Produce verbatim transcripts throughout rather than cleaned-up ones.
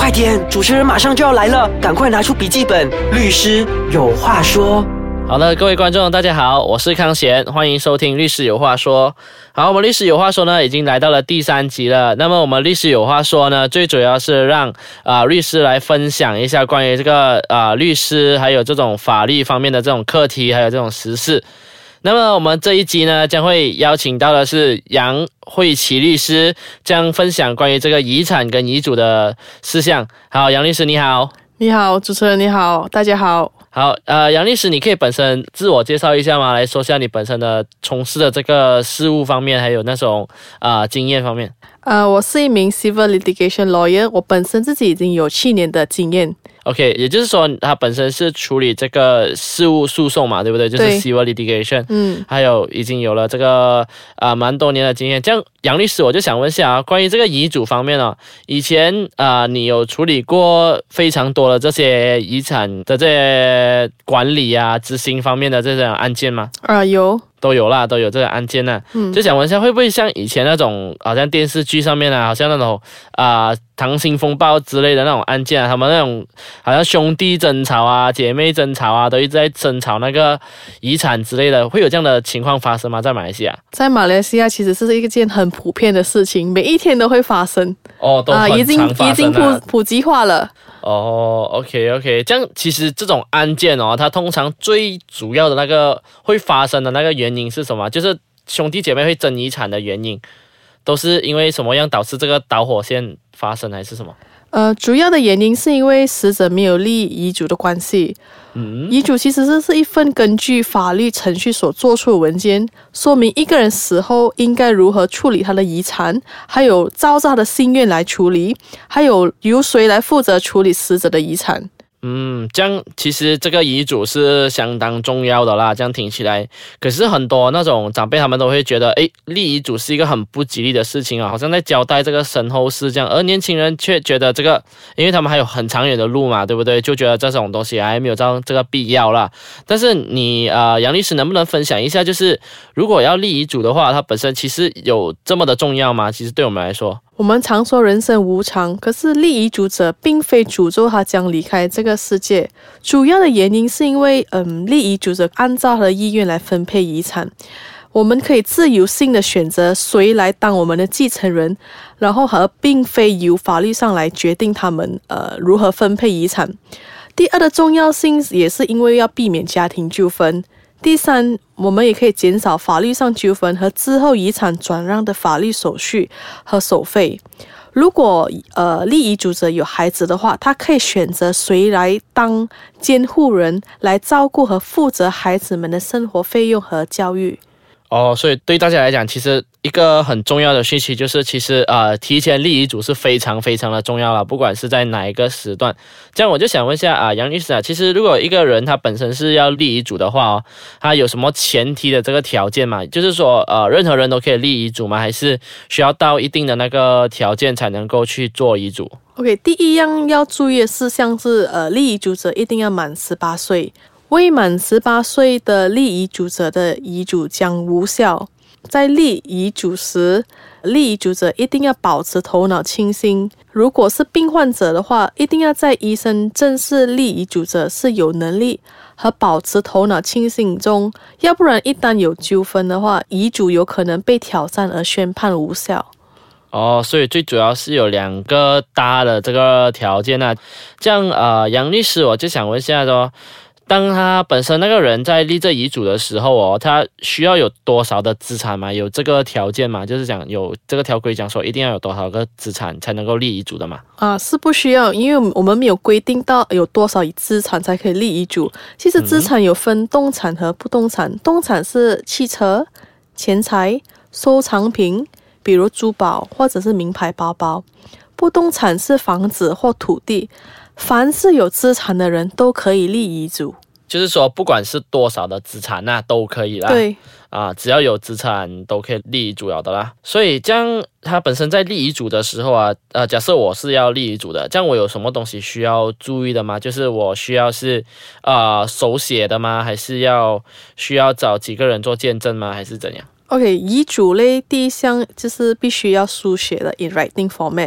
快点，主持人马上就要来了，赶快拿出笔记本，律师有话说。 好的，各位观众大家好，我是康贤，欢迎收听律师有话说。好，我们律师有话说呢已经来到了第三集了。那么我们律师有话说呢，最主要是让啊、呃、律师来分享一下关于这个啊、呃、律师还有这种法律方面的这种课题，还有这种时事。那么我们这一集呢，将会邀请到的是杨慧琪律师，将分享关于这个遗产跟遗嘱的事项。好，杨律师你好。 你好，主持人你好，大家好。 好，呃，杨律师，你可以本身自我介绍一下吗？来说一下你本身的从事的这个事务方面，还有那种啊、呃、经验方面。 呃，我是一名 civil litigation lawyer， 我本身自己已经有七年的经验。 OK， 也就是说，他本身是处理这个事务诉讼嘛，对不对？就是 civil litigation， 嗯，还有已经有了这个啊、呃、蛮多年的经验。这样，杨律师，我就想问一下啊，关于这个遗嘱方面哦，以前啊、呃、你有处理过非常多的这些遗产的这些管理啊、执行方面的这种案件吗？ 啊、呃，有。 都有啦，都有这个案件呢、嗯。就想问一下，会不会像以前那种，好像电视剧上面啊，好像那种啊、呃《溏心风暴》之类的那种案件啊，他们那种好像兄弟争吵啊、姐妹争吵啊，都一直在争吵那个遗产之类的，会有这样的情况发生吗？在马来西亚？ 在马来西亚其实是一件很普遍的事情，每一天都会发生。 哦，都很常发生、啊呃、 已经已经普普及化了。 哦 ，OK OK， 这样其实这种案件哦，它通常最主要的那个会发生的那个原因是什么？就是兄弟姐妹会争遗产的原因，都是因为什么样导致这个导火线发生，还是什么？ 呃，主要的原因是因为死者没有立遗嘱的关系。嗯，遗嘱其实是是一份根据法律程序所做出的文件，说明一个人死后应该如何处理他的遗产，还有照着他的心愿来处理，还有由谁来负责处理死者的遗产。 嗯，这样其实这个遗嘱是相当重要的啦，这样听起来。可是很多那种长辈他们都会觉得，诶，立遗嘱是一个很不吉利的事情啊，好像在交代这个身后事这样。而年轻人却觉得这个，因为他们还有很长远的路嘛，对不对？就觉得这种东西还没有这这个必要啦。但是你呃，杨律师能不能分享一下，就是如果要立遗嘱的话，它本身其实有这么的重要吗？其实对我们来说。 我们常说人生无常，可是立遗嘱者并非诅咒他将离开这个世界，主要的原因是因为嗯，立遗嘱者按照他的意愿来分配遗产，我们可以自由性的选择谁来当我们的继承人，然后而并非由法律上来决定他们呃如何分配遗产。第二的重要性也是因为要避免家庭纠纷。第三，我们也可以减少法律上纠纷和之后遗产转让的法律手续和手费。如果呃立遗嘱者有孩子的话，他可以选择谁来当监护人，来照顾和负责孩子们的生活费用和教育。 哦，所以对大家来讲，其实一个很重要的讯息就是，其实呃，提前立遗嘱是非常非常的重要了，不管是在哪一个时段。这样我就想问一下啊、呃，杨律师啊，其实如果一个人他本身是要立遗嘱的话哦，他有什么前提的这个条件吗？就是说呃，任何人都可以立遗嘱吗？还是需要到一定的那个条件才能够去做遗嘱 ？OK， 第一样要注意的事项是，呃，立遗嘱者一定要满十八岁。未满十八岁的立遗嘱者的遗嘱将无效。在立遗嘱时，立遗嘱者一定要保持头脑清醒。如果是病患者的话，一定要在医生正视立遗嘱者是有能力和保持头脑清醒中，要不然一旦有纠纷的话，遗嘱有可能被挑战而宣判无效。 哦，所以最主要是有两个大的这个条件啊。这样呃，杨律师，我就想问一下说，当他本身那个人在立这遗嘱的时候哦，他需要有多少的资产吗？有这个条件吗？就是讲有这个条规讲说一定要有多少个资产才能够立遗嘱的嘛？ 啊，是不需要，因为我们没有规定到有多少资产才可以立遗嘱。其实资产有分动产和不动产，嗯、动产是汽车、钱财、收藏品，比如珠宝或者是名牌包包；不动产是房子或土地。凡是有资产的人都可以立遗嘱， 就是说不管是多少的资产那都可以啦。 对啊，只要有资产都可以立遗嘱了的啦。所以这样他本身在立遗嘱的时候啊，呃，假设我是要立遗嘱的，这样我有什么东西需要注意的吗？就是我需要是呃手写的吗？还是要需要找几个人做见证吗？还是怎样？ OK， 遗嘱类第一项就是必须要书写的 in writing format。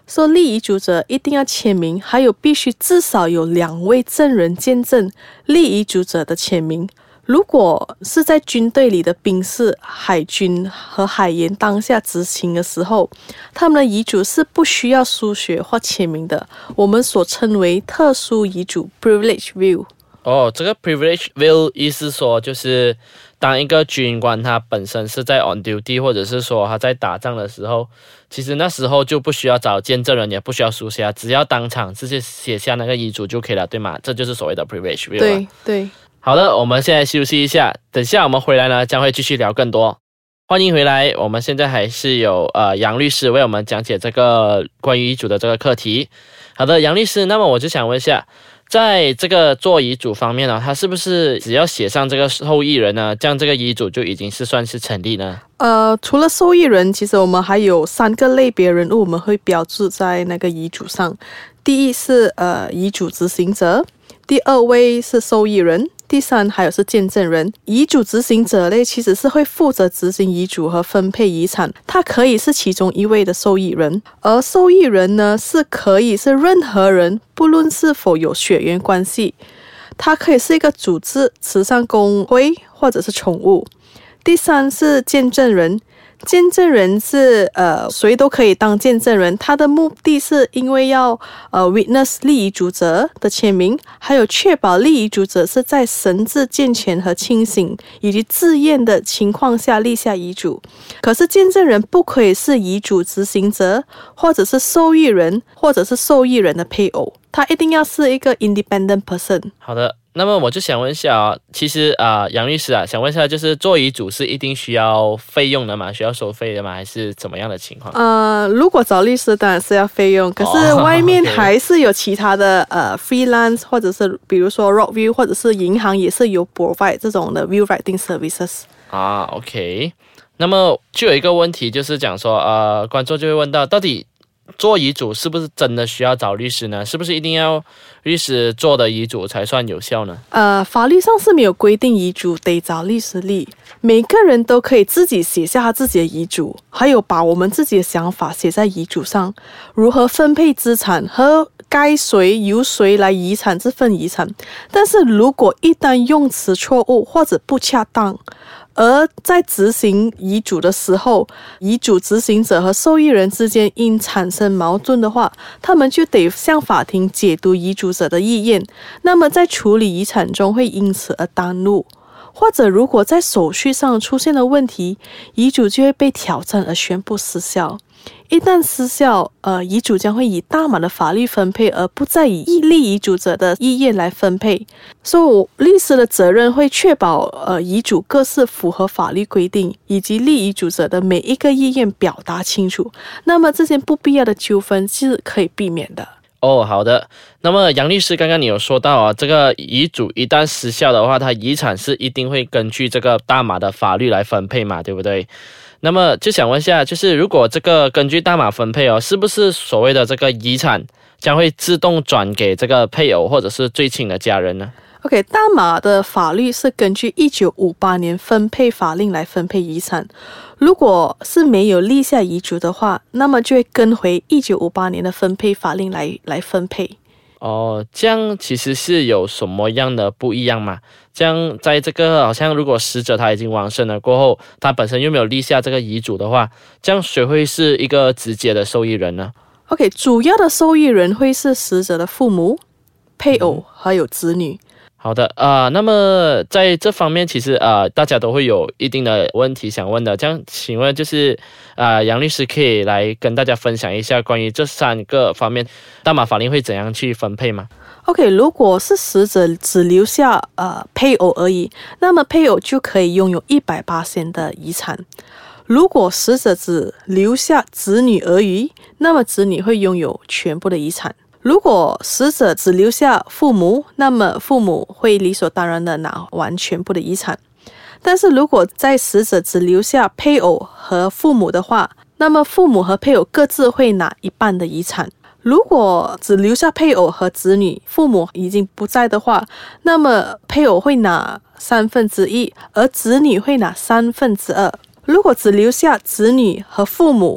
说立遗嘱者一定要签名，还有必须至少有两位证人见证立遗嘱者的签名。如果是在军队里的兵士、海军和海员当下执行的时候，他们的遗嘱是不需要书写或签名的，我们所称为特殊遗嘱 （privilege will）。 哦，这个 privilege will 意思说就是当一个军官他本身是在 on duty， 或者是说他在打仗的时候，其实那时候就不需要找见证人，也不需要书写，只要当场直接写下那个遗嘱就可以了，对吗？这就是所谓的 privilege will。 对对。 好的，我们现在休息一下，等下我们回来呢，将会继续聊更多。欢迎回来，我们现在还是有呃杨律师为我们讲解这个关于遗嘱的这个课题。好的，杨律师，那么我就想问一下，在这个做遗嘱方面呢，他是不是只要写上这个受益人呢，这样这个遗嘱就已经是算是成立呢？ 呃，除了受益人，其实我们还有三个类别人物，我们会标注在那个遗嘱上。第一是呃遗嘱执行者，第二位是受益人，第三还有是见证人。遗嘱执行者类其实是会负责执行遗嘱和分配遗产，他可以是其中一位的受益人，而受益人呢是可以是任何人，不论是否有血缘关系，他可以是一个组织、慈善工会或者是宠物。第三是见证人。见证人是呃谁都可以当见证人，他的目的是因为要呃 witness 立遗嘱者的签名，还有确保立遗嘱者是在神志健全和清醒以及自愿的情况下立下遗嘱。可是见证人不可以是遗嘱执行者，或者是受益人，或者是受益人的配偶，他一定要是一个 independent person。 好的。那么我就想问一下啊，其实啊、呃，杨律师啊，想问一下，就是做遗嘱是一定需要费用的吗？需要收费的吗？还是怎么样的情况？ 呃，如果找律师当然是要费用，可是外面还是有其他的、哦 okay. 呃 freelance 或者是比如说 Rockview 或者是银行也是有 provide 这种的 will writing services。 啊 ，OK。那么就有一个问题，就是讲说，呃，观众就会问到，到底做遗嘱是不是真的需要找律师呢？是不是一定要律师做的遗嘱才算有效呢？ 呃，法律上是没有规定遗嘱得找律师立，每个人都可以自己写下他自己的遗嘱，还有把我们自己的想法写在遗嘱上，如何分配资产和该谁由谁来遗产这份遗产。但是如果一旦用词错误或者不恰当，而在执行遗嘱的时候，遗嘱执行者和受益人之间因产生矛盾的话，他们就得向法庭解读遗嘱者的意愿，那么在处理遗产中会因此而耽误，或者如果在手续上出现了问题，遗嘱就会被挑战而宣布失效。一旦失效，呃，遗嘱将会以大马的法律分配，而不再以立遗嘱者的意愿来分配。所以我律师的责任会确保呃遗嘱各是符合法律规定，以及立遗嘱者的每一个意愿表达清楚。那么这些不必要的纠纷是可以避免的。 哦，好的。那么杨律师，刚刚你有说到啊，这个遗嘱一旦失效的话，它遗产是一定会根据这个大马的法律来分配嘛，对不对？那么就想问一下，就是如果这个根据大马分配哦，是不是所谓的这个遗产将会自动转给这个配偶或者是最亲的家人呢？ OK， 大马的法律是根据一九五八年分配法令来分配遗产。如果是没有立下遗嘱的话，那么就会跟回一九五八年的分配法令来来分配。 哦，这样其实是有什么样的不一样吗？这样在这个好像如果死者他已经往生了过后，他本身又没有立下这个遗嘱的话，这样谁会是一个直接的受益人呢？ OK， 主要的受益人会是死者的父母、配偶还有子女。 好的，呃，那么在这方面，其实呃，大家都会有一定的问题想问的。这样，请问就是，呃，杨律师可以来跟大家分享一下关于这三个方面，大马法令会怎样去分配吗？ OK， 如果是死者只留下呃配偶而已，那么配偶就可以拥有 百分之百 的遗产。如果死者只留下子女而已，那么子女会拥有全部的遗产。如果死者只留下父母，那么父母会理所当然的拿完全部的遗产。但是如果在死者只留下配偶和父母的话，那么父母和配偶各自会拿一半的遗产。如果只留下配偶和子女，父母已经不在的话，那么配偶会拿三分之一，而子女会拿三分之二。如果只留下子女和父母，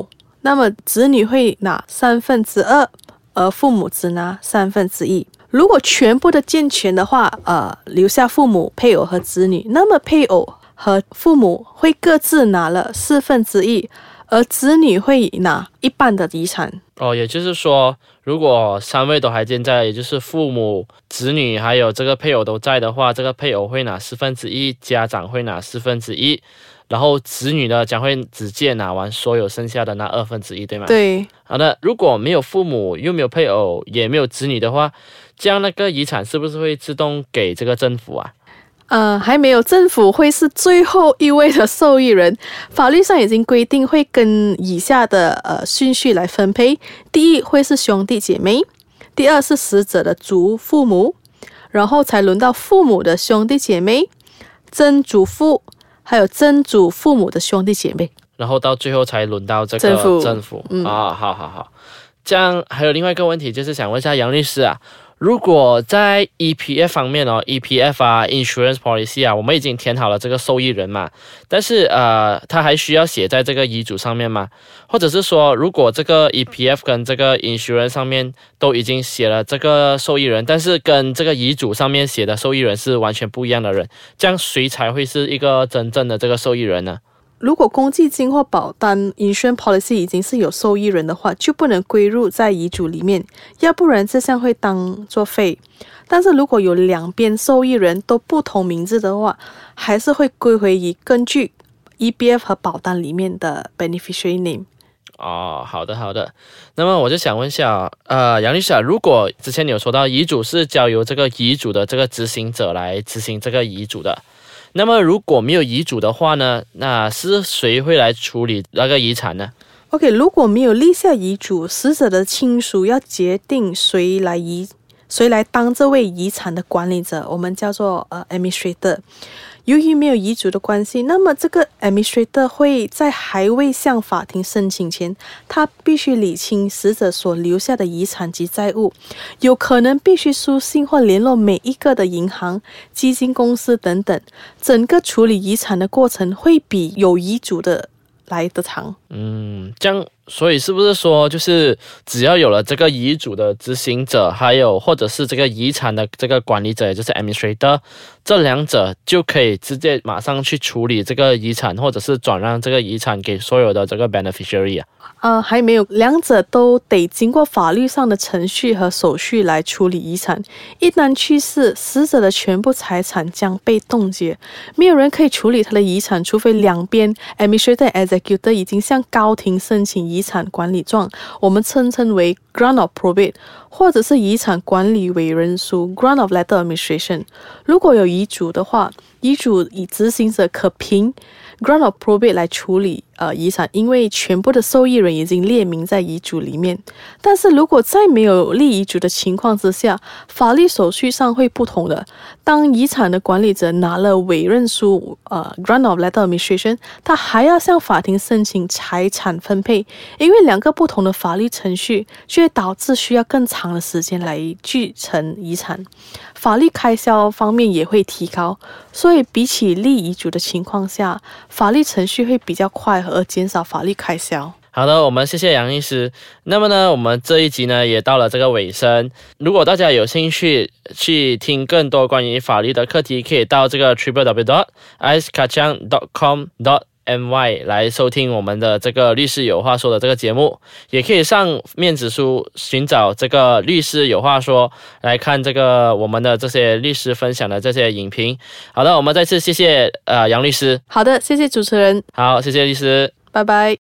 那么子女会拿三分之二，而父母只拿三分之一。如果全部的健全的话，呃，留下父母、配偶和子女，那么配偶和父母会各自拿了四分之一，而子女会拿一半的遗产。 哦，也就是说，如果三位都还健在，也就是父母、子女还有这个配偶都在的话，这个配偶会拿四分之一，家长会拿四分之一，然后子女呢将会直接拿完所有剩下的那二分之一，对吗？ 对。 好的，如果没有父母，又没有配偶，也没有子女的话，这样那个遗产是不是会自动给这个政府啊？ 呃，还没有，政府会是最后一位的受益人。法律上已经规定会跟以下的呃顺序来分配：第一会是兄弟姐妹，第二是死者的祖父母，然后才轮到父母的兄弟姐妹、曾祖父，还有曾祖父母的兄弟姐妹， 然后到最后才轮到这个政府。 政府嗯啊，好好好。这样还有另外一个问题，就是想问一下杨律师啊。如果在 E P F 方面哦 ，E P F 啊 ，Insurance Policy 啊，我们已经填好了这个受益人嘛，但是呃，他还需要写在这个遗嘱上面吗？或者是说，如果这个 E P F 跟这个 Insurance 上面都已经写了这个受益人，但是跟这个遗嘱上面写的受益人是完全不一样的人，这样谁才会是一个真正的这个受益人呢？ 如果公积金或保单 insurance policy 已经是有受益人的话，就不能归入在遗嘱里面，要不然这项会当作废。但是如果有两边受益人都不同名字的话，还是会归回于根据 E B F 和保单里面的 beneficiary name。 哦，好的好的。那么我就想问一下，呃，杨律师啊，如果之前你有说到遗嘱是交由这个遗嘱的这个执行者来执行这个遗嘱的，那么如果没有遗嘱的话呢，那是谁会来处理那个遗产呢？ OK， 如果没有立下遗嘱，死者的亲属要决定谁来遗谁来当这位遗产的管理者，我们叫做呃 administrator。由于没有遗嘱的关系，那么这个 administrator 会在还未向法庭申请前，他必须理清死者所留下的遗产及债务，有可能必须书信或联络每一个的银行、基金公司等等。整个处理遗产的过程会比有遗嘱的来得长。 嗯，这样，所以是不是说，就是只要有了这个遗嘱的执行者，还有或者是这个遗产的这个管理者，也就是 administrator， 这两者就可以直接马上去处理这个遗产，或者是转让这个遗产给所有的这个 beneficiary 啊？ 呃，还没有，两者都得经过法律上的程序和手续来处理遗产。一旦去世，死者的全部财产将被冻结，没有人可以处理他的遗产，除非两边 administrator and executor 已经向高庭申请遗产管理状，我们称称为 grant of probate， 或者是遗产管理委任书 grant of letter administration。 如果有遗嘱的话，遗嘱以执行者可凭 grant of probate 来处理呃遗产，因为全部的受益人已经列明在遗嘱里面。但是如果在没有立遗嘱的情况之下，法律手续上会不同的。当遗产的管理者拿了委任书呃 grant of letter administration， 他还要向法庭申请财产分配，因为两个不同的法律程序就会导致需要更长的时间来继承遗产，法律开销方面也会提高。所以比起立遗嘱的情况下，法律程序会比较快，而减少法律开销。 好的，我们谢谢杨律师。那么呢，我们这一集呢也到了这个尾声。如果大家有兴趣去听更多关于法律的课题，可以到这个 triple w dot ais kacang dot com dot m y 来收听我们的这个律师有话说的这个节目，也可以上面子书寻找这个律师有话说，来看这个我们的这些律师分享的这些影评。好的，我们再次谢谢呃杨律师。 好的，谢谢主持人。 好，谢谢律师， 拜拜。